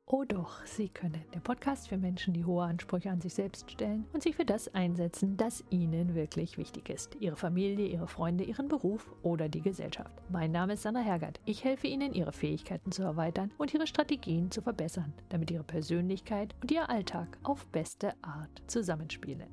Oh doch, Sie können. Der Podcast für Menschen, die hohe Ansprüche an sich selbst stellen und sich für das einsetzen, das ihnen wirklich wichtig ist. Ihre Familie, ihre Freunde, ihren Beruf oder die Gesellschaft. Mein Name ist Sandra Hergert. Ich helfe Ihnen, Ihre Fähigkeiten zu erweitern und Ihre Strategien zu verbessern, damit Ihre Persönlichkeit und Ihr Alltag auf beste Art zusammenspielen.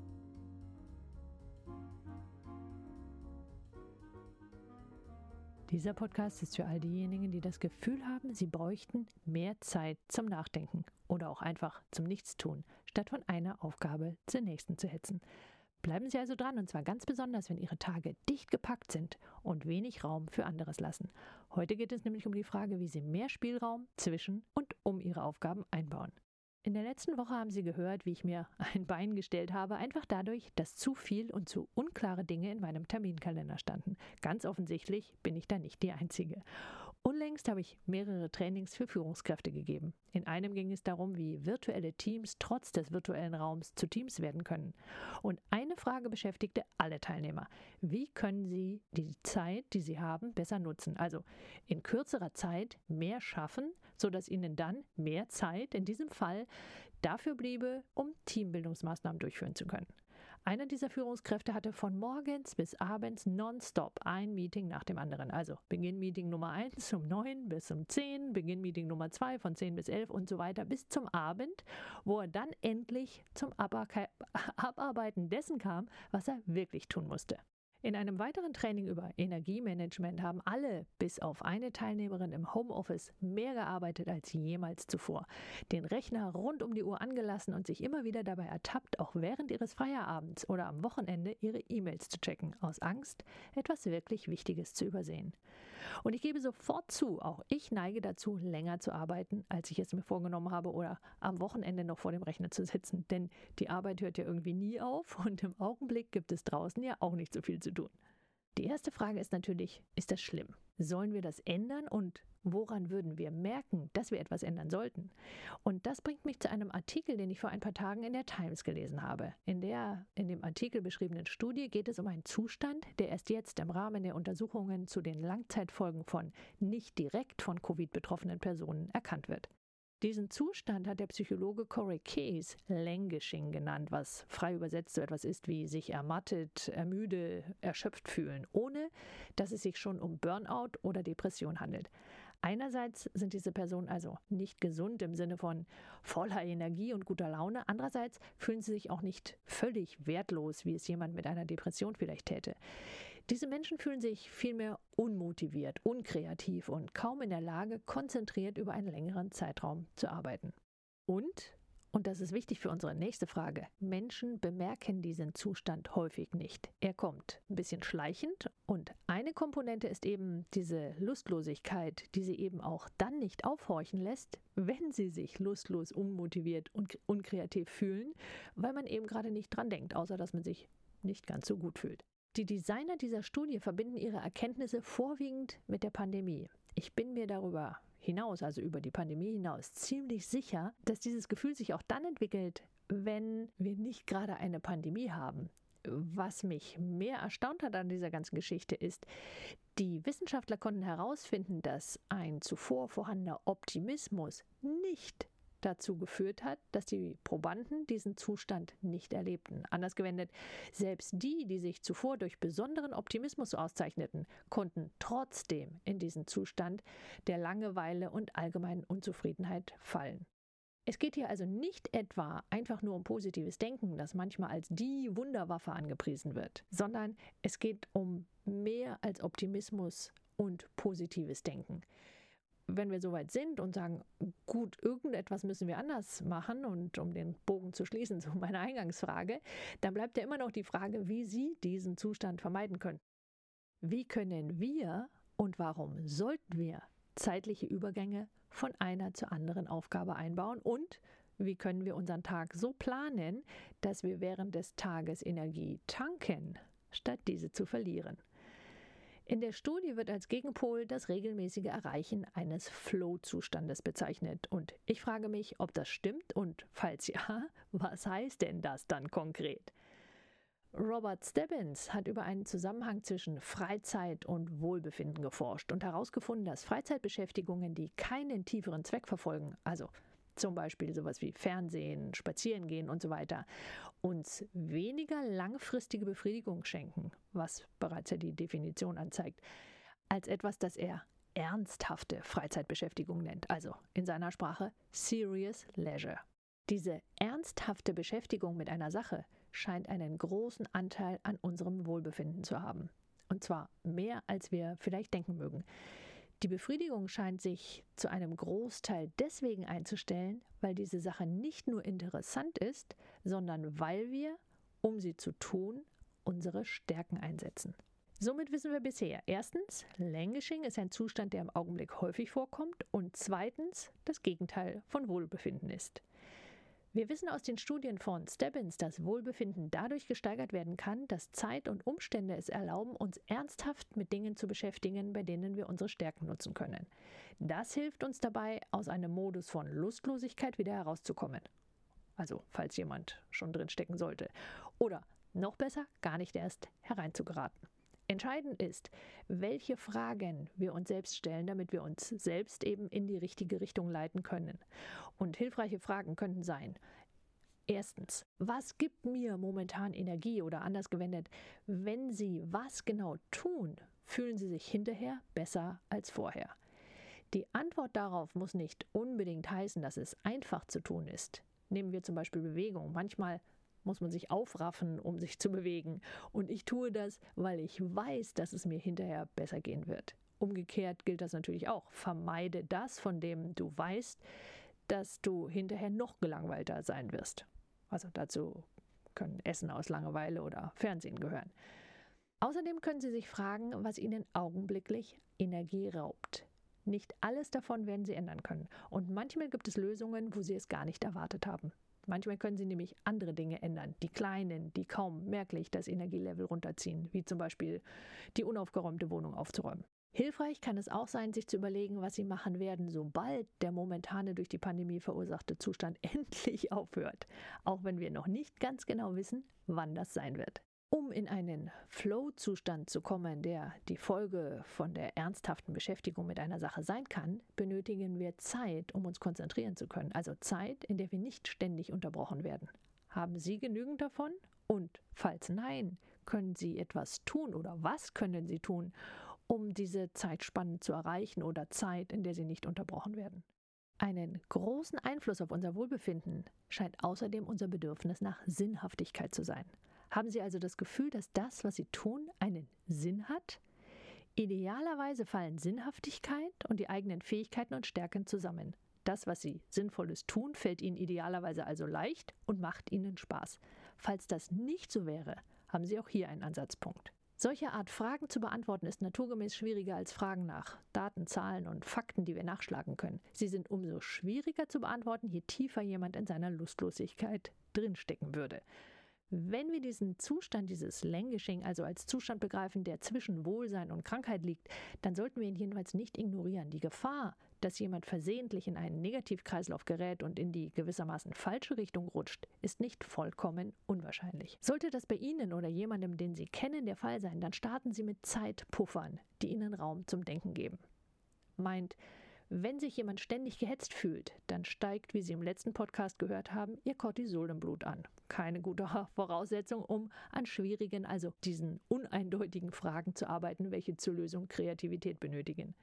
Dieser Podcast ist für all diejenigen, die das Gefühl haben, sie bräuchten mehr Zeit zum Nachdenken oder auch einfach zum Nichtstun, statt von einer Aufgabe zur nächsten zu hetzen. Bleiben Sie also dran, und zwar ganz besonders, wenn Ihre Tage dicht gepackt sind und wenig Raum für anderes lassen. Heute geht es nämlich um die Frage, wie Sie mehr Spielraum zwischen und um Ihre Aufgaben einbauen. In der letzten Woche haben Sie gehört, wie ich mir ein Bein gestellt habe, einfach dadurch, dass zu viel und zu unklare Dinge in meinem Terminkalender standen. Ganz offensichtlich bin ich da nicht die Einzige. Unlängst habe ich mehrere Trainings für Führungskräfte gegeben. In einem ging es darum, wie virtuelle Teams trotz des virtuellen Raums zu Teams werden können. Und eine Frage beschäftigte alle Teilnehmer. Wie können sie die Zeit, die sie haben, besser nutzen? Also in kürzerer Zeit mehr schaffen, sodass ihnen dann mehr Zeit, in diesem Fall, dafür bliebe, um Teambildungsmaßnahmen durchführen zu können. Einer dieser Führungskräfte hatte von morgens bis abends nonstop ein Meeting nach dem anderen. Also Beginn-Meeting Nummer 1 um 9 bis um 10, Beginn-Meeting Nummer 2 von 10 bis 11 und so weiter bis zum Abend, wo er dann endlich zum Abarbeiten dessen kam, was er wirklich tun musste. In einem weiteren Training über Energiemanagement haben alle, bis auf eine Teilnehmerin im Homeoffice, mehr gearbeitet als jemals zuvor. Den Rechner rund um die Uhr angelassen und sich immer wieder dabei ertappt, auch während ihres Feierabends oder am Wochenende ihre E-Mails zu checken, aus Angst, etwas wirklich Wichtiges zu übersehen. Und ich gebe sofort zu, auch ich neige dazu, länger zu arbeiten, als ich es mir vorgenommen habe, oder am Wochenende noch vor dem Rechner zu sitzen. Denn die Arbeit hört ja irgendwie nie auf und im Augenblick gibt es draußen ja auch nicht so viel zu tun. Die erste Frage ist natürlich, ist das schlimm? Sollen wir das ändern und woran würden wir merken, dass wir etwas ändern sollten? Und das bringt mich zu einem Artikel, den ich vor ein paar Tagen in der Times gelesen habe. In der in dem Artikel beschriebenen Studie geht es um einen Zustand, der erst jetzt im Rahmen der Untersuchungen zu den Langzeitfolgen von nicht direkt von Covid betroffenen Personen erkannt wird. Diesen Zustand hat der Psychologe Corey Keyes Languishing genannt, was frei übersetzt so etwas ist wie sich ermattet, ermüde, erschöpft fühlen, ohne dass es sich schon um Burnout oder Depression handelt. Einerseits sind diese Personen also nicht gesund im Sinne von voller Energie und guter Laune, andererseits fühlen sie sich auch nicht völlig wertlos, wie es jemand mit einer Depression vielleicht täte. Diese Menschen fühlen sich vielmehr unmotiviert, unkreativ und kaum in der Lage, konzentriert über einen längeren Zeitraum zu arbeiten. Und das ist wichtig für unsere nächste Frage, Menschen bemerken diesen Zustand häufig nicht. Er kommt ein bisschen schleichend und eine Komponente ist eben diese Lustlosigkeit, die sie eben auch dann nicht aufhorchen lässt, wenn sie sich lustlos, unmotiviert und unkreativ fühlen, weil man eben gerade nicht dran denkt, außer dass man sich nicht ganz so gut fühlt. Die Designer dieser Studie verbinden ihre Erkenntnisse vorwiegend mit der Pandemie. Ich bin mir darüber hinaus, also über die Pandemie hinaus, ziemlich sicher, dass dieses Gefühl sich auch dann entwickelt, wenn wir nicht gerade eine Pandemie haben. Was mich mehr erstaunt hat an dieser ganzen Geschichte ist, die Wissenschaftler konnten herausfinden, dass ein zuvor vorhandener Optimismus nicht dazu geführt hat, dass die Probanden diesen Zustand nicht erlebten. Anders gewendet, selbst die, die sich zuvor durch besonderen Optimismus auszeichneten, konnten trotzdem in diesen Zustand der Langeweile und allgemeinen Unzufriedenheit fallen. Es geht hier also nicht etwa einfach nur um positives Denken, das manchmal als die Wunderwaffe angepriesen wird, sondern es geht um mehr als Optimismus und positives Denken. Wenn wir soweit sind und sagen, gut, irgendetwas müssen wir anders machen, und um den Bogen zu schließen zu meiner Eingangsfrage, dann bleibt ja immer noch die Frage, wie Sie diesen Zustand vermeiden können. Wie können wir und warum sollten wir zeitliche Übergänge von einer zur anderen Aufgabe einbauen, und wie können wir unseren Tag so planen, dass wir während des Tages Energie tanken, statt diese zu verlieren? In der Studie wird als Gegenpol das regelmäßige Erreichen eines Flow-Zustandes bezeichnet. Und ich frage mich, ob das stimmt, und falls ja, was heißt denn das dann konkret? Robert Stebbins hat über einen Zusammenhang zwischen Freizeit und Wohlbefinden geforscht und herausgefunden, dass Freizeitbeschäftigungen, die keinen tieferen Zweck verfolgen, also zum Beispiel sowas wie Fernsehen, Spazierengehen und so weiter, uns weniger langfristige Befriedigung schenken, was bereits ja die Definition anzeigt, als etwas, das er ernsthafte Freizeitbeschäftigung nennt, also in seiner Sprache Serious Leisure. Diese ernsthafte Beschäftigung mit einer Sache scheint einen großen Anteil an unserem Wohlbefinden zu haben. Und zwar mehr, als wir vielleicht denken mögen. Die Befriedigung scheint sich zu einem Großteil deswegen einzustellen, weil diese Sache nicht nur interessant ist, sondern weil wir, um sie zu tun, unsere Stärken einsetzen. Somit wissen wir bisher, erstens, Languishing ist ein Zustand, der im Augenblick häufig vorkommt und zweitens, das Gegenteil von Wohlbefinden ist. Wir wissen aus den Studien von Stebbins, dass Wohlbefinden dadurch gesteigert werden kann, dass Zeit und Umstände es erlauben, uns ernsthaft mit Dingen zu beschäftigen, bei denen wir unsere Stärken nutzen können. Das hilft uns dabei, aus einem Modus von Lustlosigkeit wieder herauszukommen. Also, falls jemand schon drin stecken sollte. Oder, noch besser, gar nicht erst hereinzugeraten. Entscheidend ist, welche Fragen wir uns selbst stellen, damit wir uns selbst eben in die richtige Richtung leiten können. Und hilfreiche Fragen könnten sein: Erstens, was gibt mir momentan Energie, oder anders gewendet, wenn Sie was genau tun, fühlen Sie sich hinterher besser als vorher? Die Antwort darauf muss nicht unbedingt heißen, dass es einfach zu tun ist. Nehmen wir zum Beispiel Bewegung. Manchmal muss man sich aufraffen, um sich zu bewegen. Und ich tue das, weil ich weiß, dass es mir hinterher besser gehen wird. Umgekehrt gilt das natürlich auch. Vermeide das, von dem du weißt, dass du hinterher noch gelangweilter sein wirst. Also dazu können Essen aus Langeweile oder Fernsehen gehören. Außerdem können Sie sich fragen, was Ihnen augenblicklich Energie raubt. Nicht alles davon werden Sie ändern können. Und manchmal gibt es Lösungen, wo Sie es gar nicht erwartet haben. Manchmal können Sie nämlich andere Dinge ändern, die kleinen, die kaum merklich das Energielevel runterziehen, wie zum Beispiel die unaufgeräumte Wohnung aufzuräumen. Hilfreich kann es auch sein, sich zu überlegen, was Sie machen werden, sobald der momentane durch die Pandemie verursachte Zustand endlich aufhört, auch wenn wir noch nicht ganz genau wissen, wann das sein wird. Um in einen Flow-Zustand zu kommen, der die Folge von der ernsthaften Beschäftigung mit einer Sache sein kann, benötigen wir Zeit, um uns konzentrieren zu können. Also Zeit, in der wir nicht ständig unterbrochen werden. Haben Sie genügend davon? Und falls nein, können Sie etwas tun oder was können Sie tun, um diese Zeitspannen zu erreichen oder Zeit, in der Sie nicht unterbrochen werden? Einen großen Einfluss auf unser Wohlbefinden scheint außerdem unser Bedürfnis nach Sinnhaftigkeit zu sein. Haben Sie also das Gefühl, dass das, was Sie tun, einen Sinn hat? Idealerweise fallen Sinnhaftigkeit und die eigenen Fähigkeiten und Stärken zusammen. Das, was Sie Sinnvolles tun, fällt Ihnen idealerweise also leicht und macht Ihnen Spaß. Falls das nicht so wäre, haben Sie auch hier einen Ansatzpunkt. Solche Art Fragen zu beantworten ist naturgemäß schwieriger als Fragen nach Daten, Zahlen und Fakten, die wir nachschlagen können. Sie sind umso schwieriger zu beantworten, je tiefer jemand in seiner Lustlosigkeit drinstecken würde. Wenn wir diesen Zustand, dieses Languishing, also als Zustand begreifen, der zwischen Wohlsein und Krankheit liegt, dann sollten wir ihn jedenfalls nicht ignorieren. Die Gefahr, dass jemand versehentlich in einen Negativkreislauf gerät und in die gewissermaßen falsche Richtung rutscht, ist nicht vollkommen unwahrscheinlich. Sollte das bei Ihnen oder jemandem, den Sie kennen, der Fall sein, dann starten Sie mit Zeitpuffern, die Ihnen Raum zum Denken geben. Meint, wenn sich jemand ständig gehetzt fühlt, dann steigt, wie Sie im letzten Podcast gehört haben, Ihr Cortisol im Blut an. Keine gute Voraussetzung, um an schwierigen, also diesen uneindeutigen Fragen zu arbeiten, welche zur Lösung Kreativität benötigen.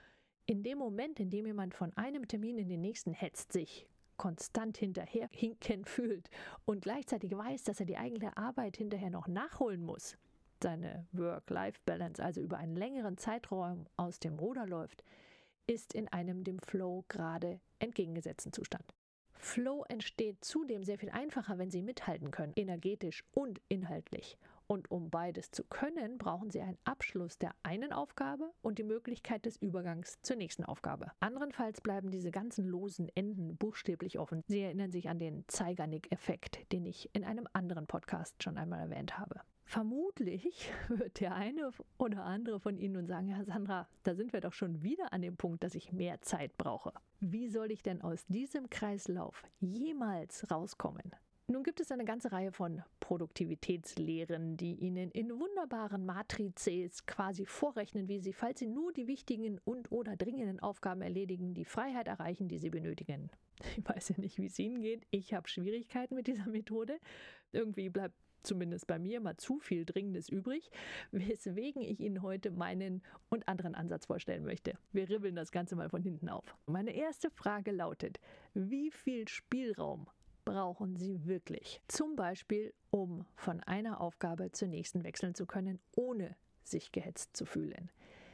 In dem Moment, in dem jemand von einem Termin in den nächsten hetzt, sich konstant hinterherhinken fühlt und gleichzeitig weiß, dass er die eigene Arbeit hinterher noch nachholen muss, seine Work-Life-Balance also über einen längeren Zeitraum aus dem Ruder läuft, ist in einem dem Flow gerade entgegengesetzten Zustand. Flow entsteht zudem sehr viel einfacher, wenn Sie mithalten können, energetisch und inhaltlich. Und um beides zu können, brauchen Sie einen Abschluss der einen Aufgabe und die Möglichkeit des Übergangs zur nächsten Aufgabe. Andernfalls bleiben diese ganzen losen Enden buchstäblich offen. Sie erinnern sich an den Zeigarnik-Effekt, den ich in einem anderen Podcast schon einmal erwähnt habe. Vermutlich wird der eine oder andere von Ihnen nun sagen: Ja, Sandra, da sind wir doch schon wieder an dem Punkt, dass ich mehr Zeit brauche. Wie soll ich denn aus diesem Kreislauf jemals rauskommen? Nun gibt es eine ganze Reihe von Produktivitätslehren, die Ihnen in wunderbaren Matrizes quasi vorrechnen, wie Sie, falls Sie nur die wichtigen und/oder dringenden Aufgaben erledigen, die Freiheit erreichen, die Sie benötigen. Ich weiß ja nicht, wie es Ihnen geht. Ich habe Schwierigkeiten mit dieser Methode. Irgendwie bleibt zumindest bei mir mal zu viel Dringendes übrig, weswegen ich Ihnen heute meinen und anderen Ansatz vorstellen möchte. Wir ribbeln das Ganze mal von hinten auf. Meine erste Frage lautet: Wie viel Spielraum brauchen Sie wirklich? Zum Beispiel, um von einer Aufgabe zur nächsten wechseln zu können, ohne sich gehetzt zu fühlen.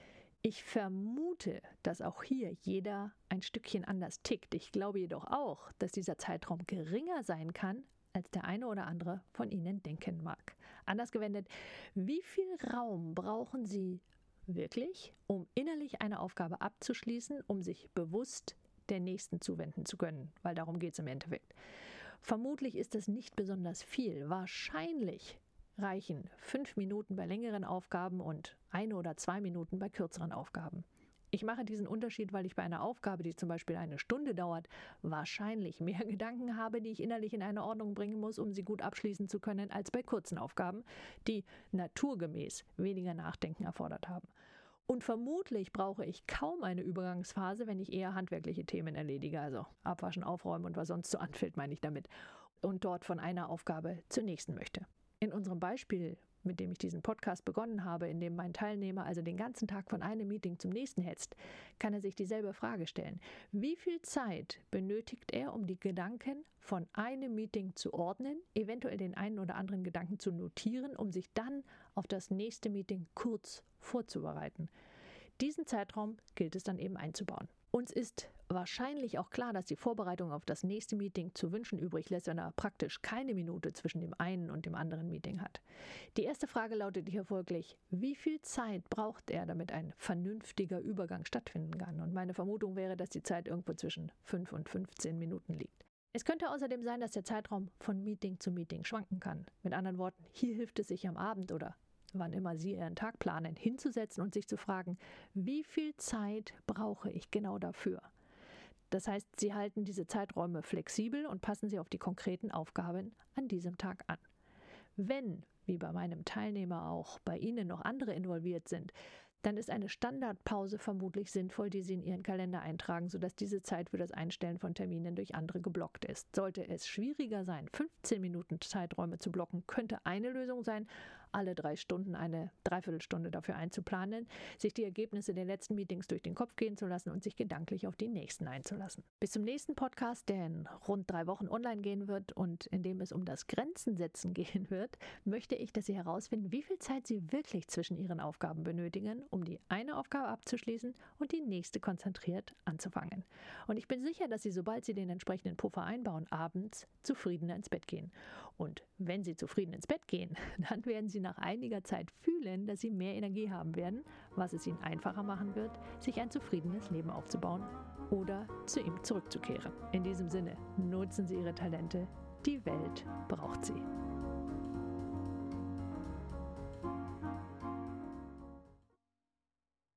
Ich vermute, dass auch hier jeder ein Stückchen anders tickt. Ich glaube jedoch auch, dass dieser Zeitraum geringer sein kann, als der eine oder andere von Ihnen denken mag. Anders gewendet, wie viel Raum brauchen Sie wirklich, um innerlich eine Aufgabe abzuschließen, um sich bewusst der nächsten zuwenden zu können? Weil darum geht es im Endeffekt. Vermutlich ist das nicht besonders viel. Wahrscheinlich reichen 5 Minuten bei längeren Aufgaben und 1 oder 2 Minuten bei kürzeren Aufgaben. Ich mache diesen Unterschied, weil ich bei einer Aufgabe, die zum Beispiel 1 Stunde dauert, wahrscheinlich mehr Gedanken habe, die ich innerlich in eine Ordnung bringen muss, um sie gut abschließen zu können, als bei kurzen Aufgaben, die naturgemäß weniger Nachdenken erfordert haben. Und vermutlich brauche ich kaum eine Übergangsphase, wenn ich eher handwerkliche Themen erledige, also abwaschen, aufräumen und was sonst so anfällt, meine ich damit, und dort von einer Aufgabe zur nächsten möchte. In unserem Beispiel, mit dem ich diesen Podcast begonnen habe, in dem mein Teilnehmer also den ganzen Tag von einem Meeting zum nächsten hetzt, kann er sich dieselbe Frage stellen. Wie viel Zeit benötigt er, um die Gedanken von einem Meeting zu ordnen, eventuell den einen oder anderen Gedanken zu notieren, um sich dann auf das nächste Meeting kurz vorzubereiten? Diesen Zeitraum gilt es dann eben einzubauen. Uns ist wahrscheinlich auch klar, dass die Vorbereitung auf das nächste Meeting zu wünschen übrig lässt, wenn er praktisch keine Minute zwischen dem einen und dem anderen Meeting hat. Die erste Frage lautet hier folglich: Wie viel Zeit braucht er, damit ein vernünftiger Übergang stattfinden kann? Und meine Vermutung wäre, dass die Zeit irgendwo zwischen 5 und 15 Minuten liegt. Es könnte außerdem sein, dass der Zeitraum von Meeting zu Meeting schwanken kann. Mit anderen Worten, hier hilft es sich am Abend oder wann immer Sie Ihren Tag planen, hinzusetzen und sich zu fragen, wie viel Zeit brauche ich genau dafür? Das heißt, Sie halten diese Zeiträume flexibel und passen sie auf die konkreten Aufgaben an diesem Tag an. Wenn, wie bei meinem Teilnehmer auch, bei Ihnen noch andere involviert sind, dann ist eine Standardpause vermutlich sinnvoll, die Sie in Ihren Kalender eintragen, sodass diese Zeit für das Einstellen von Terminen durch andere geblockt ist. Sollte es schwieriger sein, 15 Minuten Zeiträume zu blocken, könnte eine Lösung sein, alle 3 Stunden eine Dreiviertelstunde dafür einzuplanen, sich die Ergebnisse der letzten Meetings durch den Kopf gehen zu lassen und sich gedanklich auf die nächsten einzulassen. Bis zum nächsten Podcast, der in rund 3 Wochen online gehen wird und in dem es um das Grenzensetzen gehen wird, möchte ich, dass Sie herausfinden, wie viel Zeit Sie wirklich zwischen Ihren Aufgaben benötigen, um die eine Aufgabe abzuschließen und die nächste konzentriert anzufangen. Und ich bin sicher, dass Sie, sobald Sie den entsprechenden Puffer einbauen, abends zufriedener ins Bett gehen. Und wenn Sie zufrieden ins Bett gehen, dann werden Sie nach einiger Zeit fühlen, dass Sie mehr Energie haben werden, was es Ihnen einfacher machen wird, sich ein zufriedenes Leben aufzubauen oder zu ihm zurückzukehren. In diesem Sinne, nutzen Sie Ihre Talente. Die Welt braucht sie.